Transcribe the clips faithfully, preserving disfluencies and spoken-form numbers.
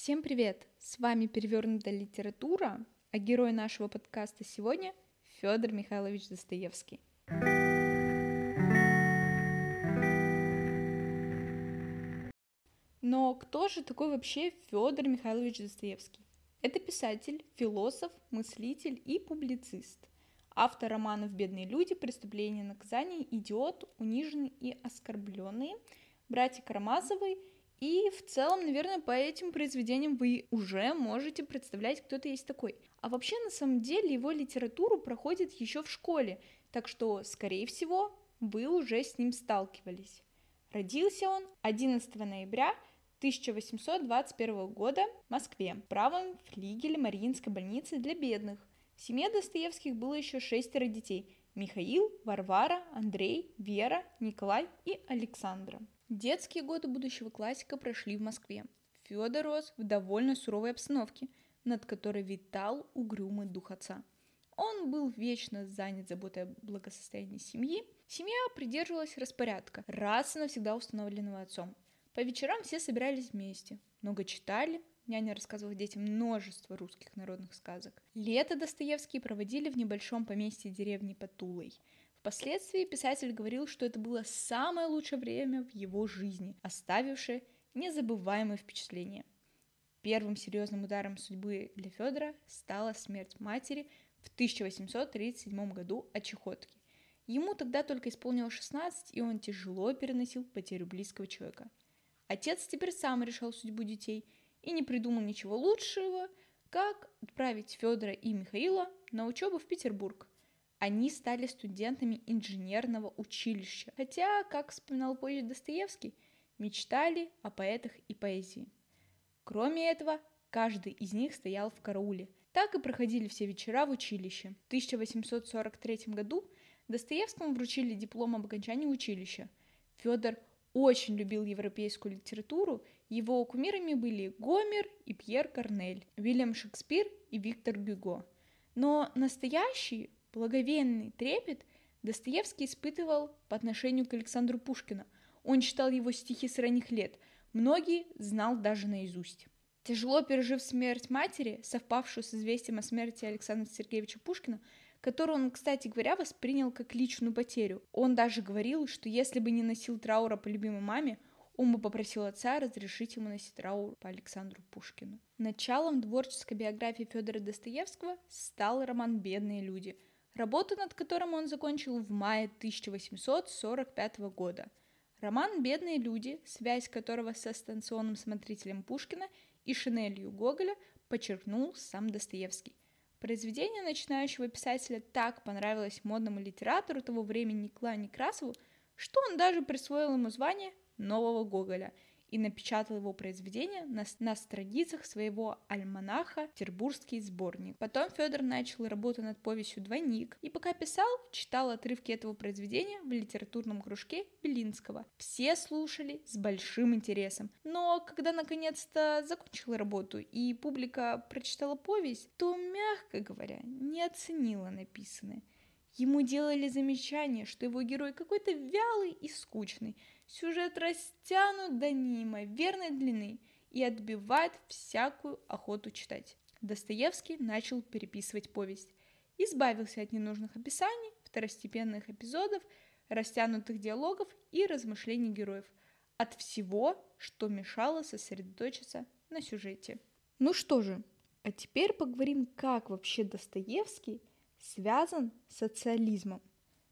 Всем привет! С вами Перевернутая литература, а герой нашего подкаста сегодня Федор Михайлович Достоевский. Но кто же такой вообще Федор Михайлович Достоевский? Это писатель, философ, мыслитель и публицист. Автор романов «Бедные люди», «Преступление и наказание», «Идиот», «Униженный и оскорбленный», «Братья Карамазовы». И в целом, наверное, по этим произведениям вы уже можете представлять, кто это есть такой. А вообще, на самом деле, его литературу проходит еще в школе, так что, скорее всего, вы уже с ним сталкивались. Родился он одиннадцатого ноября тысяча восемьсот двадцать первого года в Москве, в правом флигеле Мариинской больницы для бедных. В семье Достоевских было еще шестеро детей – Михаил, Варвара, Андрей, Вера, Николай и Александра. Детские годы будущего классика прошли в Москве. Федор рос в довольно суровой обстановке, над которой витал угрюмый дух отца. Он был вечно занят заботой о благосостоянии семьи. Семья придерживалась распорядка, раз и навсегда установленного отцом. По вечерам все собирались вместе, много читали, няня рассказывала детям множество русских народных сказок. Лето Достоевские проводили в небольшом поместье деревни под Тулой. Впоследствии писатель говорил, что это было самое лучшее время в его жизни, оставившее незабываемые впечатления. Первым серьезным ударом судьбы для Федора стала смерть матери в тысяча восемьсот тридцать седьмом году от чехотки. Ему тогда только исполнилось шестнадцать, и он тяжело переносил потерю близкого человека. Отец теперь сам решал судьбу детей и не придумал ничего лучшего, как отправить Федора и Михаила на учебу в Петербург. Они стали студентами инженерного училища, хотя, как вспоминал позже Достоевский, мечтали о поэтах и поэзии. Кроме этого, каждый из них стоял в карауле. Так и проходили все вечера в училище. В тысяча восемьсот сорок третьем году Достоевскому вручили диплом об окончании училища. Федор очень любил европейскую литературу, его кумирами были Гомер и Пьер Корнель, Вильям Шекспир и Виктор Гюго. Но настоящий благоговейный трепет Достоевский испытывал по отношению к Александру Пушкину. Он читал его стихи с ранних лет, многие знал даже наизусть. Тяжело пережив смерть матери, совпавшую с известием о смерти Александра Сергеевича Пушкина, которую он, кстати говоря, воспринял как личную потерю. Он даже говорил, что если бы не носил траура по любимой маме, он бы попросил отца разрешить ему носить траур по Александру Пушкину. Началом творческой биографии Федора Достоевского стал роман «Бедные люди», работу над которым он закончил в мае тысяча восемьсот сорок пятого года. Роман «Бедные люди», связь которого со станционным смотрителем Пушкина и шинелью Гоголя, подчеркнул сам Достоевский. Произведение начинающего писателя так понравилось модному литератору того времени Николаю Некрасову, что он даже присвоил ему звание нового Гоголя и напечатал его произведение на, на страницах своего альманаха «Петербургский сборник». Потом Федор начал работу над повестью «Двойник», и пока писал, читал отрывки этого произведения в литературном кружке Белинского. Все слушали с большим интересом, но когда наконец-то закончил работу и публика прочитала повесть, то, мягко говоря, не оценила написанное. Ему делали замечание, что его герой какой-то вялый и скучный, сюжет растянут до неимоверной длины и отбивает всякую охоту читать. Достоевский начал переписывать повесть, избавился от ненужных описаний, второстепенных эпизодов, растянутых диалогов и размышлений героев, от всего, что мешало сосредоточиться на сюжете. Ну что же, а теперь поговорим, как вообще Достоевский связан с социализмом.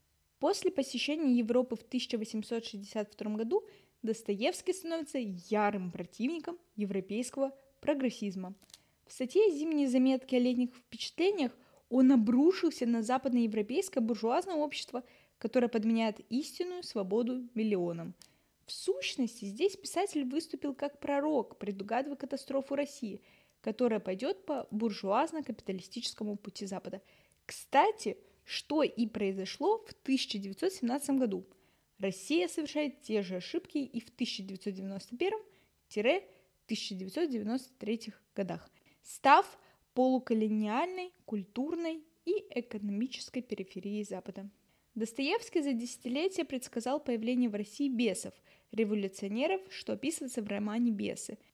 После посещения Европы в тысяча восемьсот шестьдесят втором году Достоевский становится ярым противником европейского прогрессизма. В статье «Зимние заметки о летних впечатлениях» он обрушился на западноевропейское буржуазное общество, которое подменяет истинную свободу миллионам. В сущности, здесь писатель выступил как пророк, предугадывая катастрофу России, которая пойдет по буржуазно-капиталистическому пути Запада. Кстати, что и произошло в тысяча девятьсот семнадцатом году. Россия совершает те же ошибки и в тысяча девятьсот девяносто первом — тысяча девятьсот девяносто третьем годах, став полуколониальной, культурной и экономической периферией Запада. Достоевский за десятилетия предсказал появление в России бесов, революционеров, что описывается в романе «Бесы».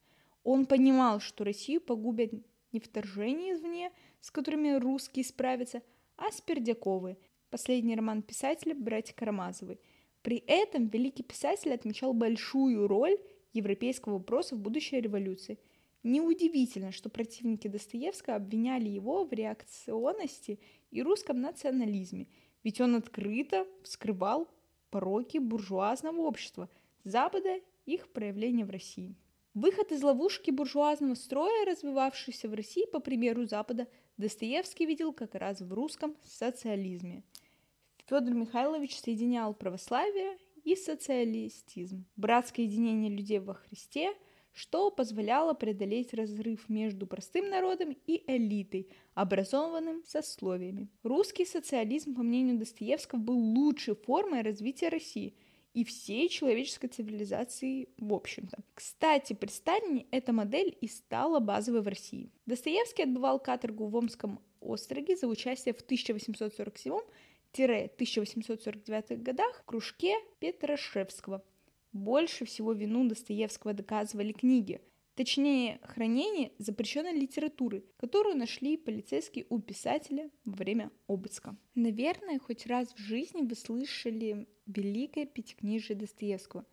Он понимал, что Россию погубят не вторжения извне, с которыми русские справятся, а Спердяковы, последний роман писателя «Братья Карамазовы». При этом великий писатель отмечал большую роль европейского вопроса в будущей революции. Неудивительно, что противники Достоевского обвиняли его в реакционности и русском национализме, ведь он открыто вскрывал пороки буржуазного общества Запада и их проявления в России. Выход из ловушки буржуазного строя, развивавшийся в России по примеру Запада, Достоевский видел как раз в русском социализме. Федор Михайлович соединял православие и социалистизм, братское единение людей во Христе, что позволяло преодолеть разрыв между простым народом и элитой, образованным сословиями. Русский социализм, по мнению Достоевского, был лучшей формой развития России и всей человеческой цивилизации в общем-то. Кстати, при Сталине эта модель и стала базовой в России. Достоевский отбывал каторгу в Омском остроге за участие в тысяча восемьсот сорок седьмом — тысяча восемьсот сорок девятом годах в кружке Петрашевского. Больше всего вину Достоевского доказывали книги, точнее, хранение запрещенной литературы, которую нашли полицейские у писателя во время обыска. Наверное, хоть раз в жизни вы слышали великое пятикнижие Достоевского.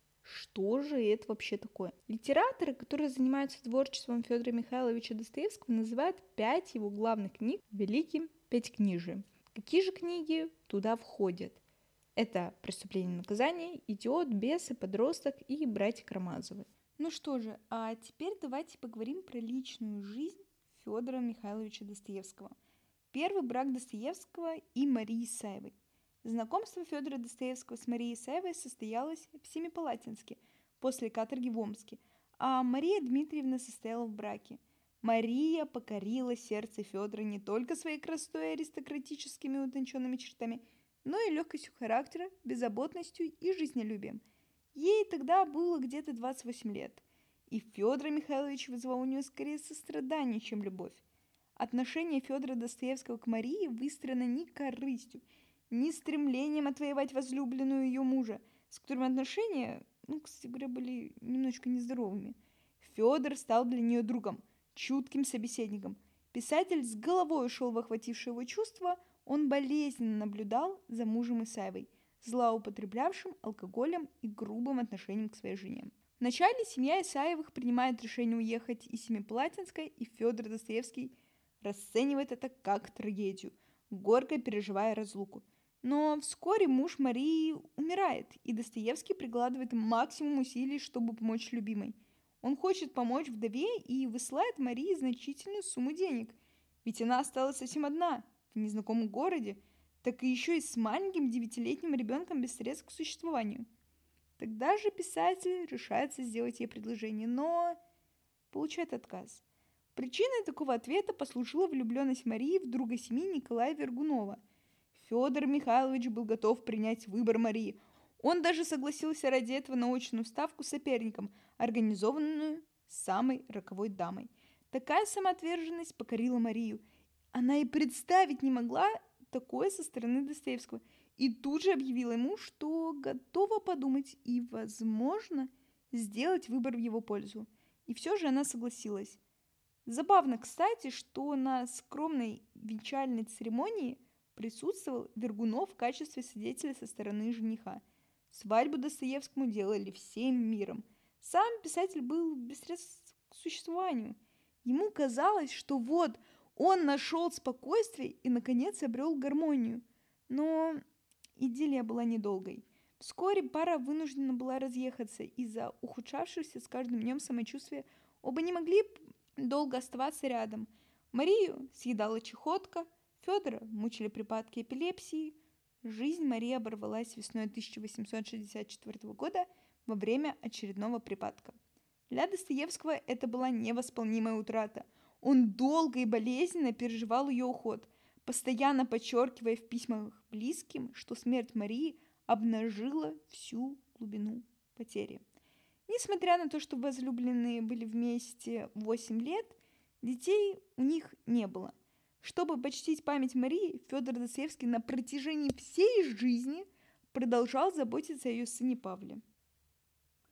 Что же это вообще такое? Литераторы, которые занимаются творчеством Федора Михайловича Достоевского, называют пять его главных книг великим пятикнижием. Какие же книги туда входят? Это «Преступление и наказание», «Идиот», «Бесы», «Подросток» и «Братья Карамазовы». Ну что же, а теперь давайте поговорим про личную жизнь Федора Михайловича Достоевского. Первый брак Достоевского и Марии Исаевой. Знакомство Федора Достоевского с Марией Исаевой состоялось в Семипалатинске после каторги в Омске, а Мария Дмитриевна состояла в браке. Мария покорила сердце Федора не только своей красотой и аристократическими утонченными чертами, но и легкостью характера, беззаботностью и жизнелюбием. Ей тогда было где-то двадцать восемь лет, и Федор Михайлович вызывал у нее скорее сострадание, чем любовь. Отношение Федора Достоевского к Марии выстроено не корыстью, не стремлением отвоевать возлюбленную ее мужа, с которым отношения, ну, кстати говоря, были немножечко нездоровыми. Федор стал для нее другом, чутким собеседником. Писатель с головой ушел в охватившее его чувство, он болезненно наблюдал за мужем Исаевой, злоупотреблявшим алкоголем и грубым отношением к своей жене. Вначале семья Исаевых принимает решение уехать из Семипалатинска, и Федор Достоевский расценивает это как трагедию, горько переживая разлуку. Но вскоре муж Марии умирает, и Достоевский прикладывает максимум усилий, чтобы помочь любимой. Он хочет помочь вдове и высылает Марии значительную сумму денег, ведь она осталась совсем одна, в незнакомом городе, так и еще и с маленьким девятилетним ребенком без средств к существованию. Тогда же писатель решается сделать ей предложение, но получает отказ. Причиной такого ответа послужила влюбленность Марии в друга семьи Николая Вергунова. Федор Михайлович был готов принять выбор Марии. Он даже согласился ради этого на очную ставку с соперником, организованную самой роковой дамой. Такая самоотверженность покорила Марию. Она и представить не могла такое со стороны Достоевского. И тут же объявила ему, что готова подумать и, возможно, сделать выбор в его пользу. И все же она согласилась. Забавно, кстати, что на скромной венчальной церемонии присутствовал Вергунов в качестве свидетеля со стороны жениха. Свадьбу Достоевскому делали всем миром. Сам писатель был без средств к существованию. Ему казалось, что вот он нашел спокойствие и, наконец, обрел гармонию. Но идиллия была недолгой. Вскоре пара вынуждена была разъехаться из-за ухудшавшегося с каждым днем самочувствия. Оба не могли долго оставаться рядом. Марию съедала чехотка, Федора мучили припадки эпилепсии. Жизнь Марии оборвалась весной тысяча восемьсот шестьдесят четвёртого года во время очередного припадка. Для Достоевского это была невосполнимая утрата. Он долго и болезненно переживал ее уход, постоянно подчеркивая в письмах близким, что смерть Марии обнажила всю глубину потери. Несмотря на то, что возлюбленные были вместе восемь лет, детей у них не было. Чтобы почтить память Марии, Федор Достоевский на протяжении всей жизни продолжал заботиться о ее сыне Павле.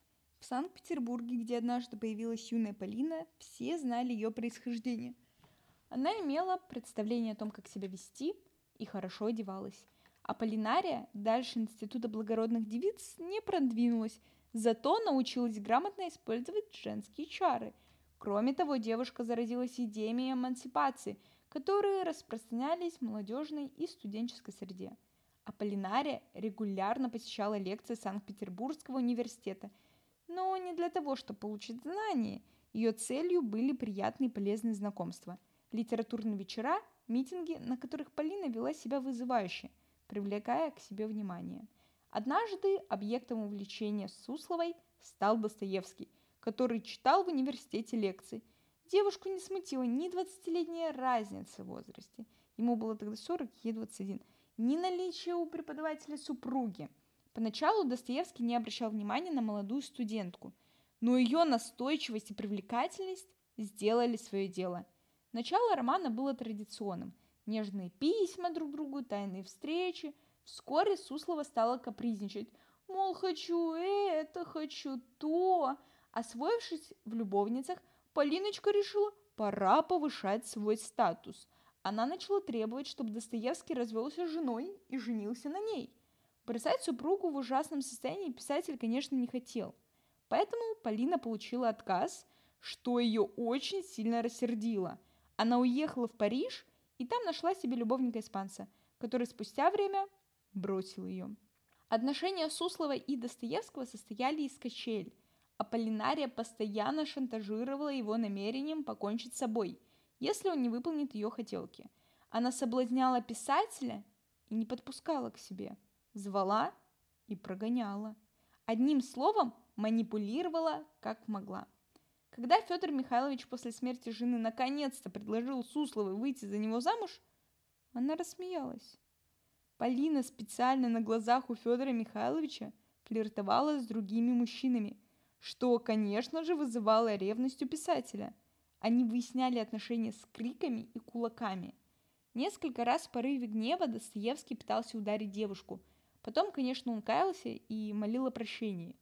В Санкт-Петербурге, где однажды появилась юная Полина, все знали ее происхождение. Она имела представление о том, как себя вести, и хорошо одевалась. А Полинария дальше Института благородных девиц не продвинулась, зато научилась грамотно использовать женские чары. Кроме того, девушка заразилась идеями эмансипации, которые распространялись в молодежной и студенческой среде. Аполлинария регулярно посещала лекции Санкт-Петербургского университета, но не для того, чтобы получить знания. Ее целью были приятные и полезные знакомства, литературные вечера, митинги, на которых Полина вела себя вызывающе, привлекая к себе внимание. Однажды объектом увлечения Сусловой стал Достоевский, который читал в университете лекции. Девушку не смутила ни двадцатилетняя разница в возрасте, ему было тогда сорок, ей двадцать один, ни наличие у преподавателя супруги. Поначалу Достоевский не обращал внимания на молодую студентку, но ее настойчивость и привлекательность сделали свое дело. Начало романа было традиционным. Нежные письма друг другу, тайные встречи. Вскоре Суслова стала капризничать. Мол, хочу это, хочу то. Освоившись в любовницах, Полиночка решила, пора повышать свой статус. Она начала требовать, чтобы Достоевский развелся с женой и женился на ней. Бросать супругу в ужасном состоянии писатель, конечно, не хотел. Поэтому Полина получила отказ, что ее очень сильно рассердило. Она уехала в Париж и там нашла себе любовника-испанца, который спустя время бросил ее. Отношения Сусловой и Достоевского состояли из качель. Аполлинария постоянно шантажировала его намерением покончить с собой, если он не выполнит ее хотелки. Она соблазняла писателя и не подпускала к себе, звала и прогоняла. Одним словом, манипулировала как могла. Когда Федор Михайлович после смерти жены наконец-то предложил Сусловой выйти за него замуж, она рассмеялась. Полина специально на глазах у Федора Михайловича флиртовала с другими мужчинами, что, конечно же, вызывало ревность у писателя. Они выясняли отношения с криками и кулаками. Несколько раз в порыве гнева Достоевский пытался ударить девушку. Потом, конечно, он каялся и молил о прощении.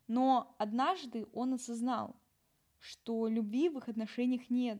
Но однажды он осознал, что любви в их отношениях нет,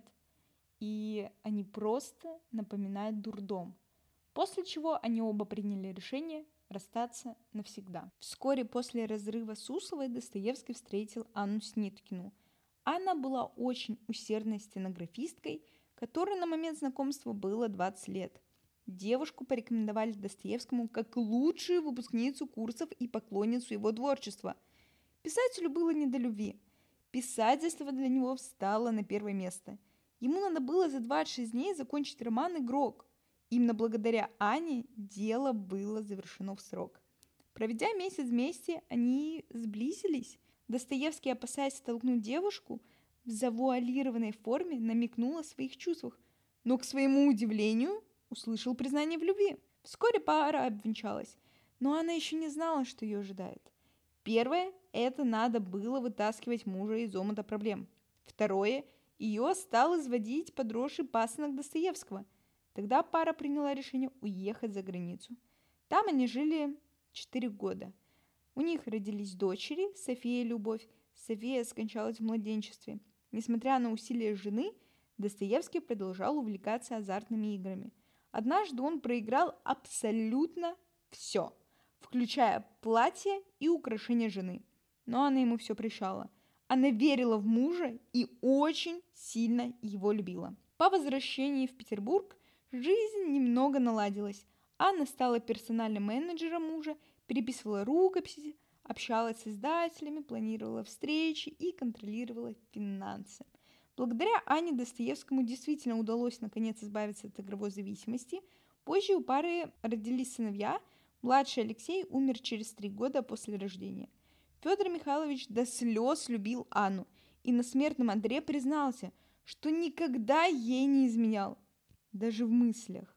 и они просто напоминают дурдом. После чего они оба приняли решение расстаться навсегда. Вскоре после разрыва с Сусловой Достоевский встретил Анну Сниткину. Анна была очень усердной стенографисткой, которой на момент знакомства было двадцать лет. Девушку порекомендовали Достоевскому как лучшую выпускницу курсов и поклонницу его творчества. Писателю было не до любви. Писательство для него встало на первое место. Ему надо было за двадцать шесть дней закончить роман «Игрок». Именно благодаря Ане дело было завершено в срок. Проведя месяц вместе, они сблизились. Достоевский, опасаясь столкнуть девушку, в завуалированной форме намекнул о своих чувствах, но, к своему удивлению, услышал признание в любви. Вскоре пара обвенчалась, но она еще не знала, что ее ожидает. Первое – это надо было вытаскивать мужа из омута проблем. Второе – ее стал изводить подросший пасынок Достоевского. Тогда пара приняла решение уехать за границу. Там они жили четыре года. У них родились дочери, София и Любовь. София скончалась в младенчестве. Несмотря на усилия жены, Достоевский продолжал увлекаться азартными играми. Однажды он проиграл абсолютно все, включая платье и украшения жены. Но она ему все прощала. Она верила в мужа и очень сильно его любила. По возвращении в Петербург жизнь немного наладилась. Анна стала персональным менеджером мужа, переписывала рукописи, общалась с издателями, планировала встречи и контролировала финансы. Благодаря Анне Достоевскому действительно удалось наконец избавиться от игровой зависимости. Позже у пары родились сыновья. Младший Алексей умер через три года после рождения. Федор Михайлович до слез любил Анну и на смертном одре признался, что никогда ей не изменял, даже в мыслях.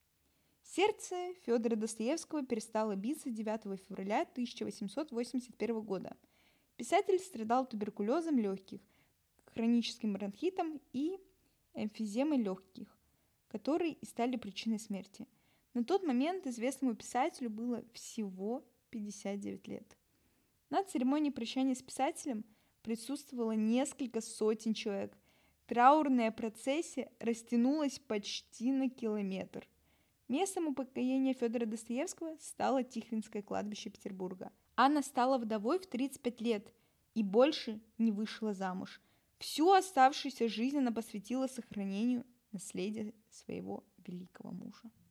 Сердце Федора Достоевского перестало биться девятого февраля тысяча восемьсот восемьдесят первого года. Писатель страдал туберкулезом легких, хроническим бронхитом и эмфиземой легких, которые и стали причиной смерти. На тот момент известному писателю было всего пятьдесят девять лет. На церемонии прощания с писателем присутствовало несколько сотен человек. Траурная процессия растянулась почти на километр. Местом упокоения Федора Достоевского стало Тихвинское кладбище Петербурга. Анна стала вдовой в тридцать пять лет и больше не вышла замуж. Всю оставшуюся жизнь она посвятила сохранению наследия своего великого мужа.